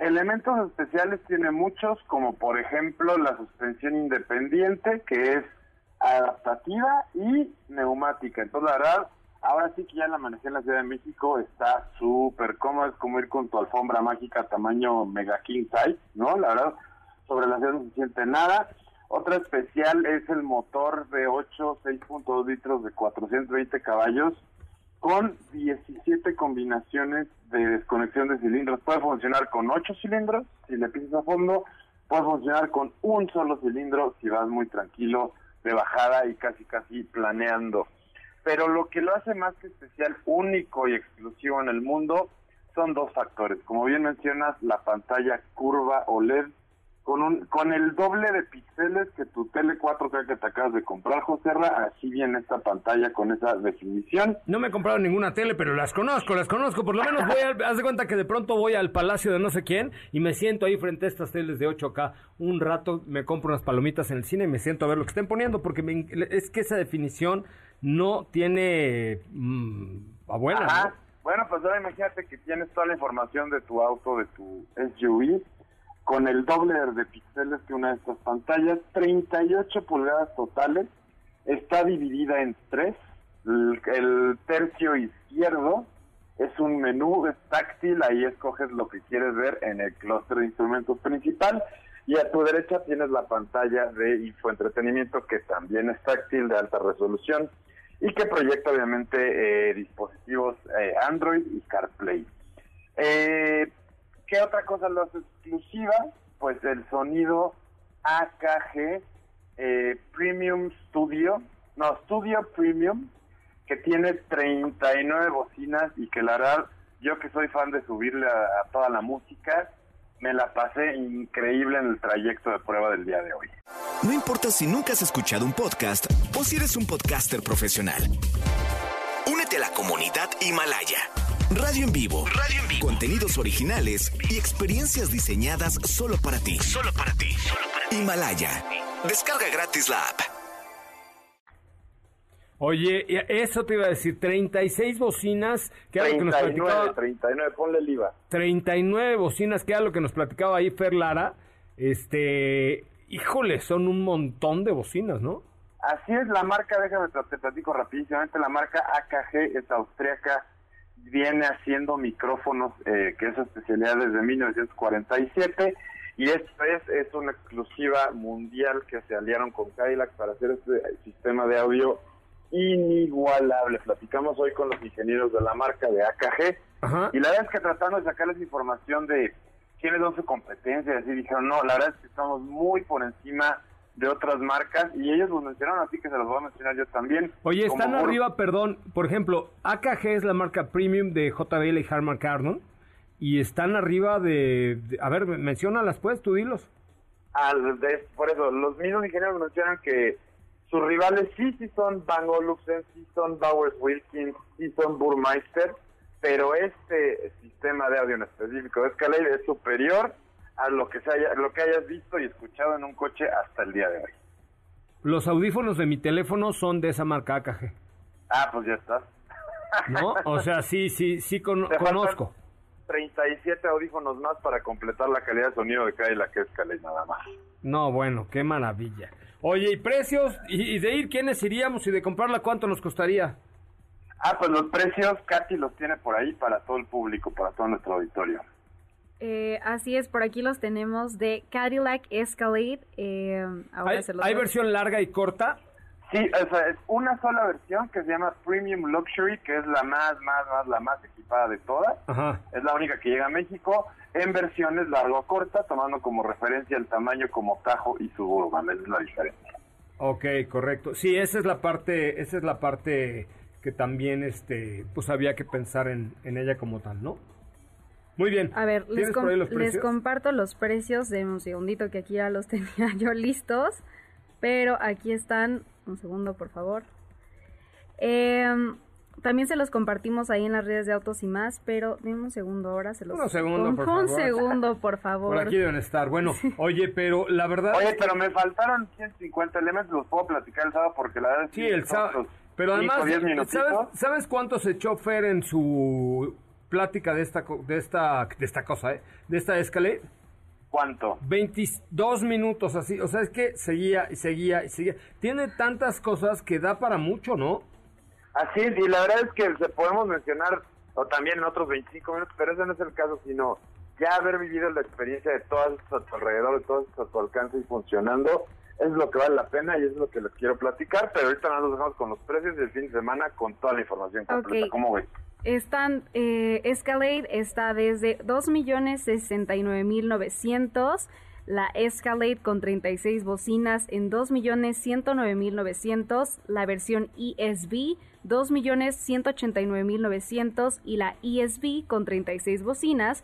Elementos especiales tiene muchos, como por ejemplo la suspensión independiente, que es adaptativa y neumática. Entonces, la verdad, ahora sí que ya la manejé en la Ciudad de México, está súper cómodo, es como ir con tu alfombra mágica tamaño Mega King Size, ¿no? La verdad, sobre la ciudad no se siente nada. Otra especial es el motor V8 6.2 litros de 420 caballos, con 17 combinaciones de desconexión de cilindros. Puede funcionar con 8 cilindros, si le pisas a fondo, puede funcionar con un solo cilindro, si vas muy tranquilo, de bajada y casi planeando. Pero lo que lo hace más que especial, único y exclusivo en el mundo, son dos factores. Como bien mencionas, la pantalla curva OLED, con el doble de píxeles que tu tele 4K que te acabas de comprar, Joserra, así viene esta pantalla con esa definición. No me he comprado ninguna tele, pero las conozco, por lo menos haz de cuenta que de pronto voy al palacio de no sé quién y me siento ahí frente a estas teles de 8K un rato, me compro unas palomitas en el cine y me siento a ver lo que estén poniendo, porque es que esa definición no tiene abuela, Ajá. ¿no? Bueno, pues ahora imagínate que tienes toda la información de tu auto, de tu SUV, con el doble de píxeles que una de estas pantallas, 38 pulgadas totales, está dividida en 3, el tercio izquierdo es un menú, es táctil, ahí escoges lo que quieres ver en el clúster de instrumentos principal, y a tu derecha tienes la pantalla de infoentretenimiento que también es táctil, de alta resolución, y que proyecta obviamente dispositivos Android y CarPlay. ¿Qué otra cosa lo hace exclusiva? Pues el sonido AKG Studio Premium, que tiene 39 bocinas y que la verdad, yo que soy fan de subirle a toda la música, me la pasé increíble en el trayecto de prueba del día de hoy. No importa si nunca has escuchado un podcast o si eres un podcaster profesional. Únete a la comunidad Himalaya. Radio en vivo. Contenidos originales y experiencias diseñadas solo para ti. Himalaya. Descarga gratis la app. Oye, eso te iba a decir, 36 bocinas, que era lo que nos platicaba. 39, ponle el IVA. 39 bocinas, que era lo que nos platicaba ahí Fer Lara. Híjole, son un montón de bocinas, ¿no? Así es, la marca, déjame te platico rapidísimamente, la marca AKG es austríaca, viene haciendo micrófonos, que es su especialidad desde 1947, y esto es una exclusiva mundial que se aliaron con Cadillac para hacer este sistema de audio inigualable. Platicamos hoy con los ingenieros de la marca de AKG. Ajá. Y la verdad es que tratando de sacarles información de quiénes son su competencia, y así dijeron, no, la verdad es que estamos muy por encima de otras marcas, y ellos los mencionaron, así que se los voy a mencionar yo también. Oye, están arriba, perdón, por ejemplo, AKG es la marca premium de JBL y Harman Kardon, y están arriba a ver, menciónalas pues, tú dilos. Por eso, los mismos ingenieros mencionan que sus rivales sí son Bang & Olufsen, sí son Bowers Wilkins, sí son Burmeister, pero este sistema de audio en específico de Escalade es superior a lo que hayas visto y escuchado en un coche hasta el día de hoy. Los audífonos de mi teléfono son de esa marca AKG. Pues ya estás. ¿No? O sea, sí conozco. 37 audífonos más para completar la calidad de sonido de Cadillac Escalade nada más. No, bueno, qué maravilla. Oye, ¿y precios? ¿Y de ir quiénes iríamos y de comprarla cuánto nos costaría? Pues los precios Katy los tiene por ahí para todo el público, para todo nuestro auditorio. Así es, por aquí los tenemos de Cadillac Escalade. ¿Hay versión larga y corta? Sí, o sea, es una sola versión que se llama Premium Luxury, que es la más equipada de todas. Ajá. Es la única que llega a México en versiones largo o corta, tomando como referencia el tamaño como Tahoe y Suburban. Esa es la diferencia. Ok, correcto. Sí, esa es la parte que también pues había que pensar en ella como tal, ¿no? Muy bien. A ver, les comparto los precios de un segundito, que aquí ya los tenía yo listos, pero aquí están. Un segundo, por favor. También se los compartimos ahí en las redes de Autos y Más, pero denme un segundo ahora. Un segundo, por favor. Por aquí deben estar. Bueno, sí. Oye, pero la verdad... Oye, pero me faltaron 150 elementos, los puedo platicar el sábado porque la verdad es que... Sí, el sábado. Pero además, ¿sabes cuánto se echó Fer en su plática de esta cosa, de esta Escalade. ¿Cuánto? 22 minutos así, o sea, es que seguía. Tiene tantas cosas que da para mucho, ¿no? Así es, y la verdad es que se podemos mencionar, o también en otros 25 minutos, pero ese no es el caso, sino ya haber vivido la experiencia de todas a tu alrededor, de todas a tu alcance y funcionando, es lo que vale la pena y es lo que les quiero platicar, pero ahorita nos dejamos con los precios del fin de semana con toda la información completa. ¿Cómo ves? Escalade está desde 2,069,900. La Escalade con 36 bocinas en 2,109,900. La versión ESV, 2,189,900. Y la ESV con 36 bocinas,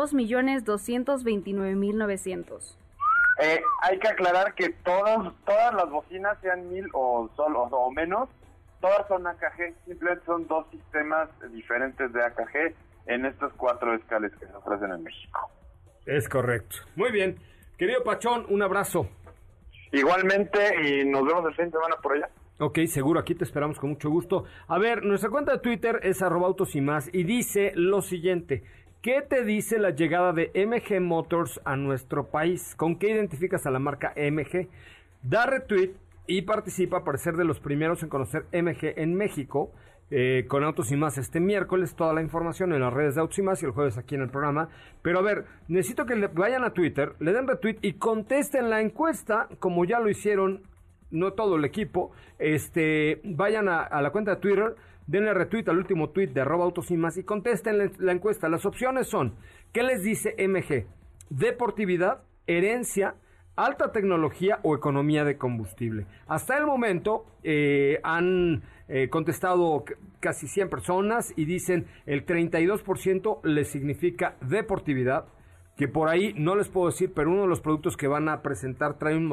2,229,900. Hay que aclarar que todas las bocinas, sean 1,000 o menos, todas son AKG, simplemente son dos sistemas diferentes de AKG en estos 4 escales que se ofrecen en México. Es correcto. Muy bien. Querido Pachón, un abrazo. Igualmente, y nos vemos el fin de semana por allá. Ok, seguro, aquí te esperamos con mucho gusto. A ver, nuestra cuenta de Twitter es @autosymas y dice lo siguiente. ¿Qué te dice la llegada de MG Motors a nuestro país? ¿Con qué identificas a la marca MG? Da retweet y participa para ser de los primeros en conocer MG en México, con Autos y Más este miércoles. Toda la información en las redes de Autos y Más y el jueves aquí en el programa. Pero a ver, necesito que vayan a Twitter, le den retweet y contesten la encuesta, como ya lo hicieron, no todo el equipo. Vayan a la cuenta de Twitter, denle retweet al último tweet de @Autos y Más y contesten la encuesta. Las opciones son, ¿qué les dice MG? Deportividad, herencia, alta tecnología o economía de combustible. Hasta el momento han contestado casi 100 personas y dicen el 32% les significa deportividad, que por ahí no les puedo decir, pero uno de los productos que van a presentar trae un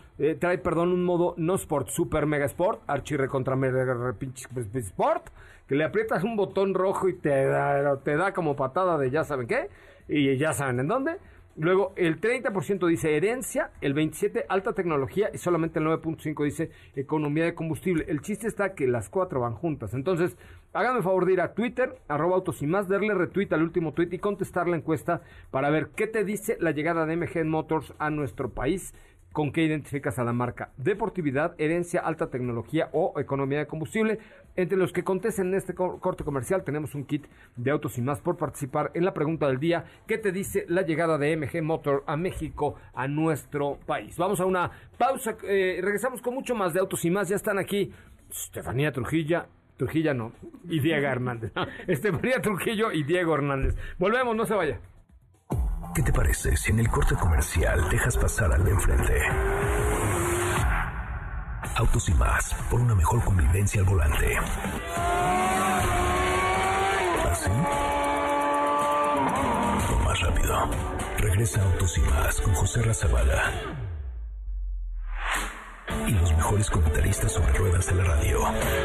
modo no sport, super mega sport, archirre contra mega pinche sport, que le aprietas un botón rojo y te da como patada de ya saben qué, y ya saben en dónde. Luego, el 30% dice herencia, el 27% alta tecnología y solamente el 9.5% dice economía de combustible. El chiste está que las 4 van juntas. Entonces, háganme el favor de ir a Twitter, @Autos y Más, darle retweet al último tweet y contestar la encuesta para ver qué te dice la llegada de MG Motors a nuestro país. ¿Con qué identificas a la marca? Deportividad, herencia, alta tecnología o economía de combustible. Entre los que contesten en este corte comercial tenemos un kit de Autos y Más por participar en la pregunta del día. ¿Qué te dice la llegada de MG Motor a México, a nuestro país? Vamos a una pausa. Regresamos con mucho más de Autos y Más. Ya están aquí Estefanía Trujillo y Diego Hernández. Estefanía Trujillo y Diego Hernández. Volvemos, no se vaya. ¿Qué te parece si en el corte comercial dejas pasar al de enfrente? Autos y Más, por una mejor convivencia al volante. ¿Así? O más rápido. Regresa Autos y Más con José Razabala y los mejores comentaristas sobre ruedas de la radio.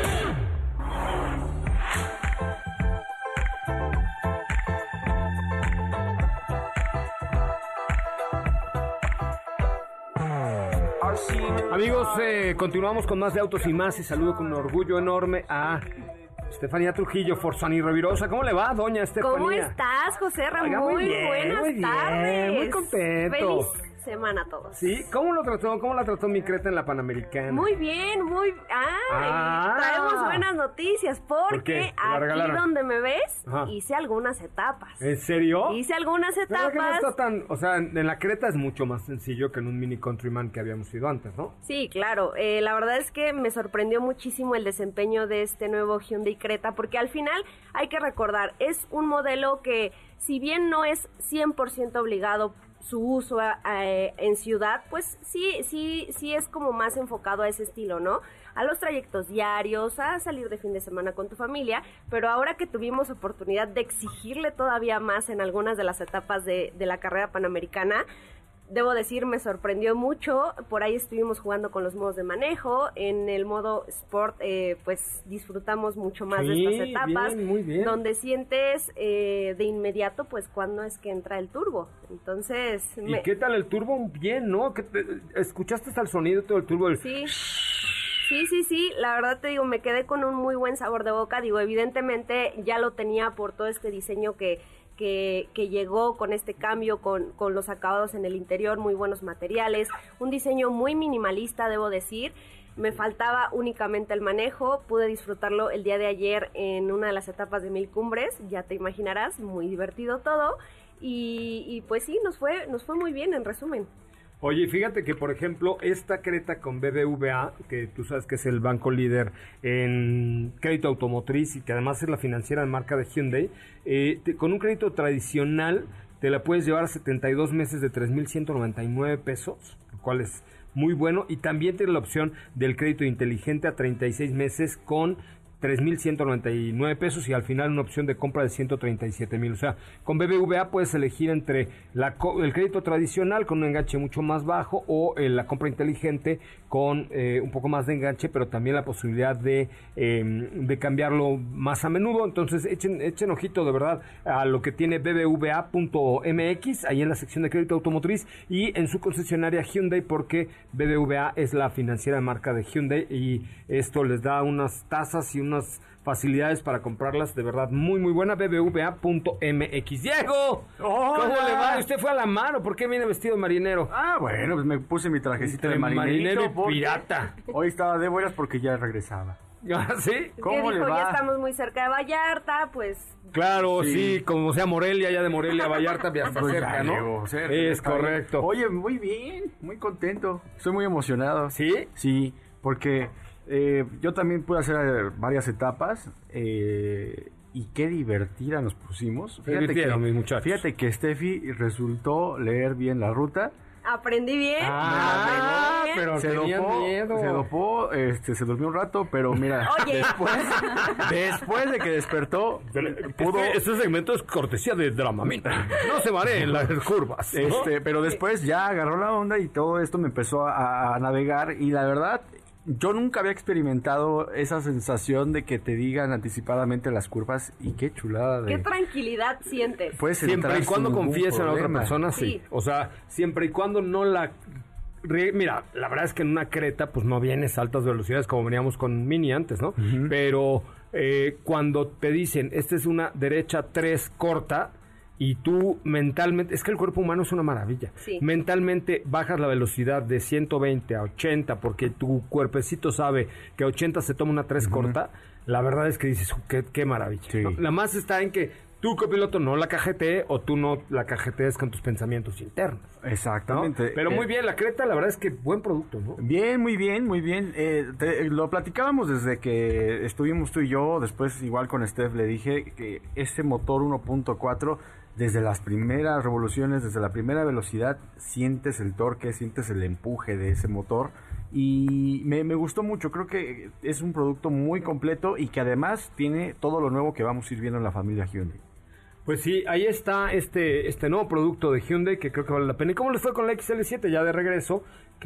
Amigos, continuamos con más de Autos y Más y saludo con un orgullo enorme a Estefanía Trujillo, Forzani Revirosa. ¿Cómo le va, doña Estefanía? ¿Cómo estás, José Ramón? Muy bien, buenas tardes. Muy contento. Feliz semana a todos. ¿Sí? ¿Cómo la trató mi Creta en la Panamericana? Muy bien, traemos buenas noticias porque aquí donde me ves hice algunas etapas. ¿En serio? Hice algunas etapas. Pero que no está en la Creta es mucho más sencillo que en un Mini Countryman que habíamos ido antes, ¿no? Sí, claro. La verdad es que me sorprendió muchísimo el desempeño de este nuevo Hyundai Creta porque al final hay que recordar, es un modelo que si bien no es 100% obligado su uso en ciudad, pues sí es como más enfocado a ese estilo, ¿no? A los trayectos diarios, a salir de fin de semana con tu familia, pero ahora que tuvimos oportunidad de exigirle todavía más en algunas de las etapas de la carrera panamericana, debo decir, me sorprendió mucho. Por ahí estuvimos jugando con los modos de manejo. En el modo Sport, pues disfrutamos mucho más de estas etapas. Bien, muy bien. Donde sientes de inmediato, pues, cuándo es que entra el turbo. Entonces... ¿Y qué tal el turbo? Bien, ¿no? ¿Escuchaste hasta el sonido todo el turbo? Sí. Sí, la verdad te digo, me quedé con un muy buen sabor de boca. Digo, evidentemente ya lo tenía por todo este diseño que llegó con este cambio, con los acabados en el interior, muy buenos materiales, un diseño muy minimalista, debo decir. Me faltaba únicamente el manejo, pude disfrutarlo el día de ayer en una de las etapas de 1000 cumbres, ya te imaginarás, muy divertido todo, y pues sí, nos fue muy bien en resumen. Oye, fíjate que, por ejemplo, esta Creta con BBVA, que tú sabes que es el banco líder en crédito automotriz y que además es la financiera de marca de Hyundai, con un crédito tradicional te la puedes llevar a 72 meses de 3,199 pesos, lo cual es muy bueno, y también tiene la opción del crédito inteligente a 36 meses con 3,199 pesos y al final una opción de compra de 137,000. O sea, con BBVA puedes elegir entre el crédito tradicional con un enganche mucho más bajo o la compra inteligente con un poco más de enganche, pero también la posibilidad de cambiarlo más a menudo. Entonces echen ojito de verdad a lo que tiene bbva.mx ahí en la sección de crédito automotriz y en su concesionaria Hyundai, porque BBVA es la financiera de marca de Hyundai y esto les da unas tasas y unas facilidades para comprarlas de verdad muy muy buena. bbva.mx. Diego, ¿cómo le va? ¿Usted fue a la mar o por qué viene vestido de marinero? Bueno, pues me puse mi trajecito de marinero y pirata. Hoy estaba de buenas porque ya regresaba. ¿Ah, sí? ¿Cómo le va? Ya estamos muy cerca de Vallarta, pues... Claro, sí, como sea Morelia, ya de Morelia a Vallarta, ya está cerca, ¿no? Es correcto. Oye, muy bien, muy contento. Estoy muy emocionado. ¿Sí? Sí, porque... yo también pude hacer varias etapas y qué divertida nos pusimos. Fíjate que Steffi resultó leer bien la ruta. Aprendí bien. Pero se dopó, se durmió un rato, pero mira, después de que despertó, pudo... Este segmento es cortesía de Dramamine. No se mareen las curvas, ¿no? Pero después ya agarró la onda y todo esto me empezó a navegar y la verdad... Yo nunca había experimentado esa sensación de que te digan anticipadamente las curvas y qué chulada qué tranquilidad sientes. Pues siempre y cuando confíes en la otra persona, sí. O sea, siempre y cuando no la... Mira, la verdad es que en una Creta pues no vienes a altas velocidades como veníamos con Mini antes, ¿no? Uh-huh. Pero cuando te dicen, esta es una derecha 3 corta... Y tú mentalmente, es que el cuerpo humano es una maravilla. Sí. Mentalmente bajas la velocidad de 120 a 80 porque tu cuerpecito sabe que a 80 se toma una 3 corta. La verdad es que dices, qué maravilla. Sí. ¿No? La más está en que tu copiloto no la cajetee o tú no la cajetees con tus pensamientos internos. Exactamente. ¿No? Pero muy bien, la Creta, la verdad es que buen producto, ¿no? Bien, muy bien, muy bien. Lo platicábamos desde que estuvimos tú y yo, después igual con Steph le dije que ese motor 1.4... Desde las primeras revoluciones, desde la primera velocidad, sientes el torque, sientes el empuje de ese motor y me gustó mucho. Creo que es un producto muy completo y que además tiene todo lo nuevo que vamos a ir viendo en la familia Hyundai. Pues sí, ahí está este nuevo producto de Hyundai que creo que vale la pena. ¿Y cómo les fue con la XL7 ya de regreso?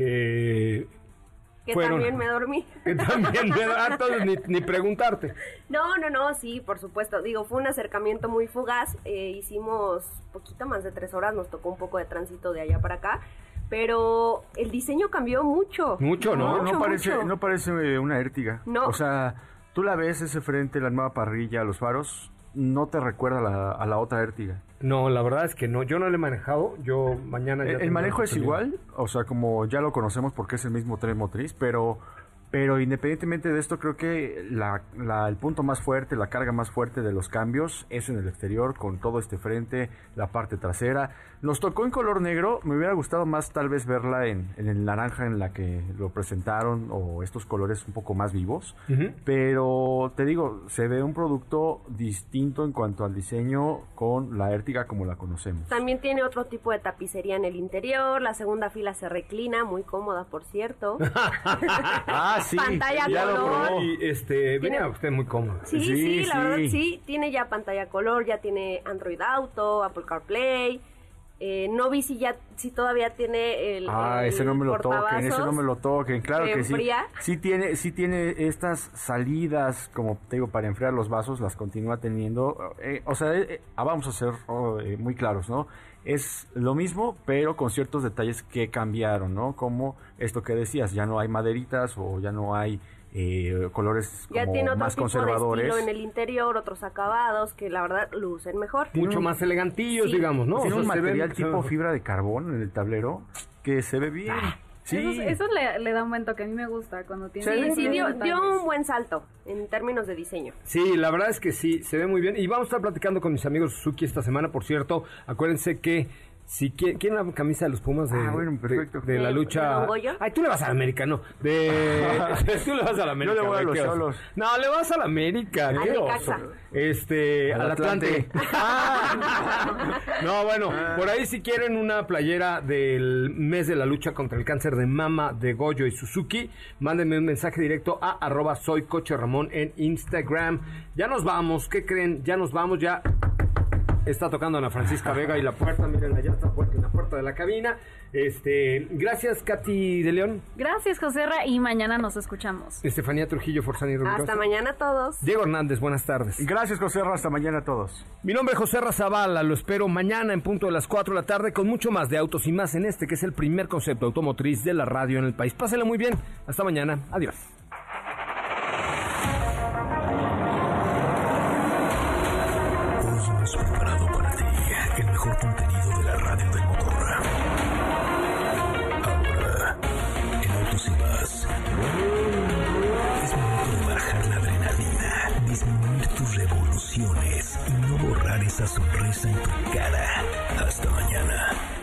Que también me dormí. Que también me dormí, entonces ni preguntarte. No, sí, por supuesto. Digo, fue un acercamiento muy fugaz. Hicimos poquito más de 3 horas, nos tocó un poco de tránsito de allá para acá. Pero el diseño cambió mucho. Mucho, ¿no? No parece una Ertiga. No. O sea, tú la ves ese frente, la nueva parrilla, los faros, no te recuerda a la otra Ertiga. No, la verdad es que no. Yo no lo he manejado. Yo mañana ya... El manejo es igual. O sea, como ya lo conocemos porque es el mismo tren motriz, pero independientemente de esto, creo que el punto más fuerte, la carga más fuerte de los cambios es en el exterior, con todo este frente, la parte trasera. Nos tocó en color negro, me hubiera gustado más tal vez verla en el naranja en la que lo presentaron, o estos colores un poco más vivos. Uh-huh. Pero te digo, se ve un producto distinto en cuanto al diseño con la Ertiga como la conocemos. También tiene otro tipo de tapicería en el interior, la segunda fila se reclina, muy cómoda por cierto. Sí, pantalla color. Y venga usted muy cómodo. Sí, la verdad sí, tiene ya pantalla color, ya tiene Android Auto, Apple CarPlay. No vi si todavía tiene el ese no me lo toquen, ese no me lo toquen. Claro que sí. Enfría. Sí tiene estas salidas, como te digo, para enfriar los vasos, las continúa teniendo. Vamos a ser muy claros, ¿no? Es lo mismo, pero con ciertos detalles que cambiaron, ¿no? Como esto que decías, ya no hay maderitas o ya no hay colores ya como tiene otro más tipo conservadores. de estilo en el interior, otros acabados que la verdad lucen mejor. Mucho más elegantillos, digamos, ¿no? Tiene un material tipo fibra de carbón en el tablero que se ve bien. Sí. Eso le da un buen toque, a mí me gusta cuando tiene... Sí, dio un buen salto en términos de diseño. Sí, la verdad es que sí, se ve muy bien. Y vamos a estar platicando con mis amigos Suzuki esta semana, por cierto. Acuérdense que si quieren una camisa de los Pumas de la lucha... Ay, tú le vas a la América, no. Tú le vas a la América. Yo le voy a los Cholos. No, le vas a la América. Al Necaxa. Al Atlante. No, bueno, por ahí si quieren una playera del mes de la lucha contra el cáncer de mama de Goyo y Suzuki, mándenme un mensaje directo a @soycocheramón en Instagram. Ya nos vamos, ¿qué creen? Ya nos vamos, ya está tocando Ana Francisca Vega y la puerta, miren, allá está en la puerta de la cabina. Gracias, Katy de León. Gracias, Joserra, y mañana nos escuchamos. Estefanía Trujillo, Forzani Rubio. Hasta mañana a todos. Diego Hernández, buenas tardes. Gracias, Joserra, hasta mañana a todos. Mi nombre es Joserra Zavala, lo espero mañana en punto de las 4 de la tarde con mucho más de autos y más en este que es el primer concepto automotriz de la radio en el país. Pásenla muy bien, hasta mañana, adiós. Hemos preparado para ti el mejor contenido de la radio del motor. Ahora, en Autos y Más, es momento de bajar la adrenalina, disminuir tus revoluciones y no borrar esa sonrisa en tu cara. Hasta mañana.